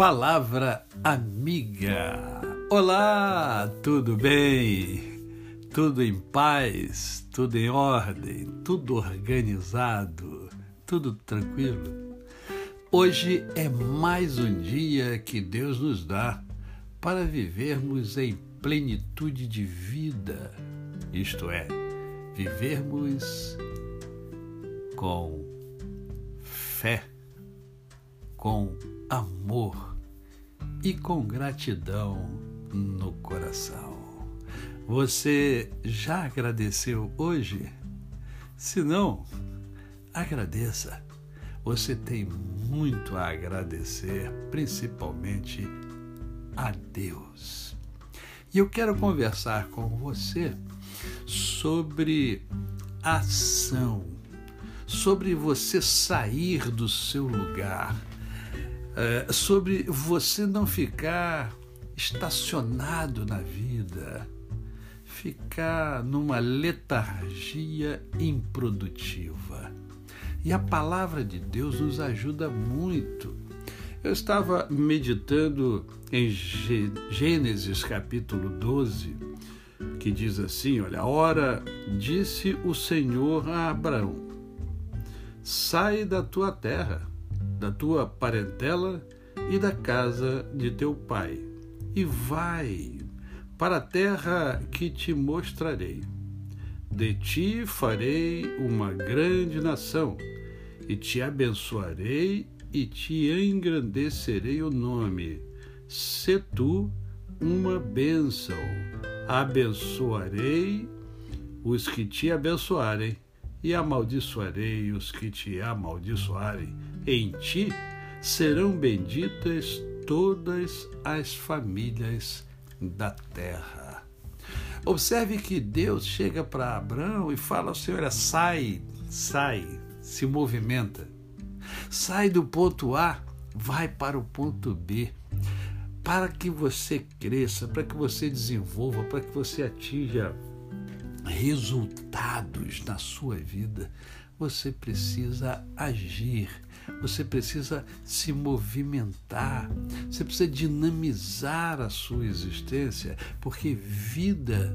Palavra amiga. Olá, tudo bem? Tudo em paz? Tudo em ordem? Tudo organizado? Tudo tranquilo? Hoje é mais um dia que Deus nos dá para vivermos em plenitude de vida, isto é, vivermos com fé, com amor e com gratidão no coração. Você já agradeceu hoje? Se não, agradeça. Você tem muito a agradecer, principalmente a Deus. E eu quero conversar com você sobre ação, sobre você sair do seu lugar, sobre você não ficar estacionado na vida, ficar numa letargia improdutiva. E a palavra de Deus nos ajuda muito. Eu estava meditando em Gênesis capítulo 12, que diz assim, olha, ora, disse o Senhor a Abraão, sai da tua terra, da tua parentela e da casa de teu pai, e vai para a terra que te mostrarei. De ti farei uma grande nação, e te abençoarei e te engrandecerei o nome. Se tu uma bênção, abençoarei os que te abençoarem, e amaldiçoarei os que te amaldiçoarem. Em ti serão benditas todas as famílias da terra. Observe que Deus chega para Abraão e fala ao Senhor, sai, se movimenta. Sai do ponto A, vai para o ponto B. Para que você cresça, para que você desenvolva, para que você atinja resultados na sua vida, você precisa agir, você precisa se movimentar, você precisa dinamizar a sua existência, porque vida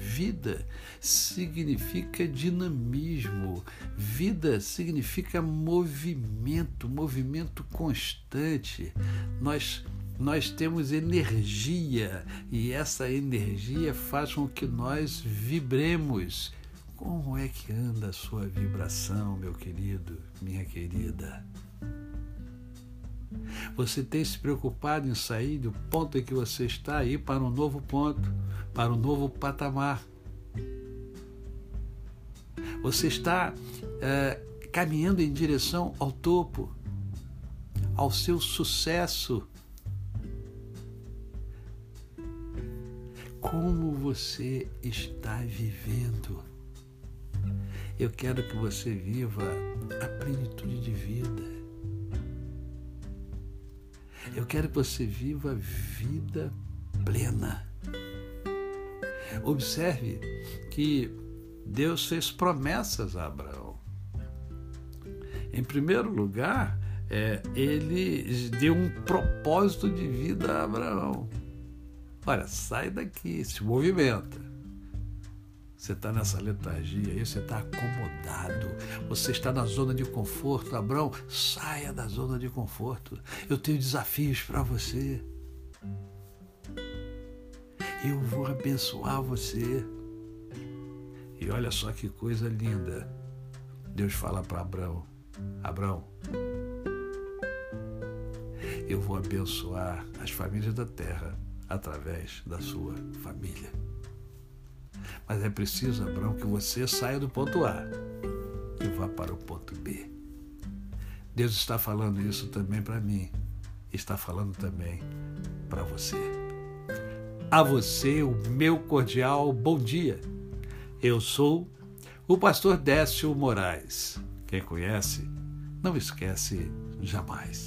significa dinamismo, vida significa movimento constante. Nós temos energia e essa energia faz com que nós vibremos. Como é que anda a sua vibração, meu querido, minha querida? Você tem se preocupado em sair do ponto em que você está aí para um novo ponto, para um novo patamar? Você está caminhando em direção ao topo, ao seu sucesso? Como você está vivendo? Eu quero que você viva a plenitude de vida. Eu quero que você viva a vida plena. Observe que Deus fez promessas a Abraão. Em primeiro lugar, ele deu um propósito de vida a Abraão. Olha, sai daqui, se movimenta. Você está nessa letargia aí, você está acomodado, você está na zona de conforto. Abraão, saia da zona de conforto. Eu tenho desafios para você. Eu vou abençoar você. E olha só que coisa linda. Deus fala para Abraão, Abraão, eu vou abençoar as famílias da terra através da sua família. Mas é preciso, Abraão, que você saia do ponto A e vá para o ponto B. Deus está falando isso também para mim. Está falando também para você. A você, o meu cordial bom dia. Eu sou o pastor Décio Moraes. Quem conhece, não esquece jamais.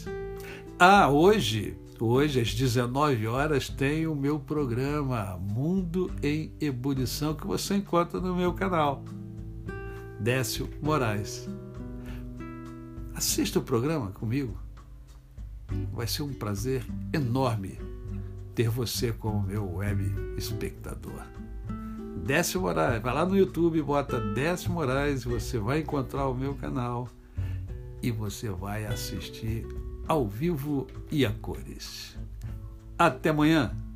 Hoje, às 19 horas, tem o meu programa Mundo em Ebulição, que você encontra no meu canal, Décio Moraes. Assista o programa comigo. vai ser um prazer enorme ter você como meu web espectador. Décio Moraes, vai lá no YouTube, bota Décio Moraes, você vai encontrar o meu canal e você vai assistir ao vivo e a cores. Até amanhã!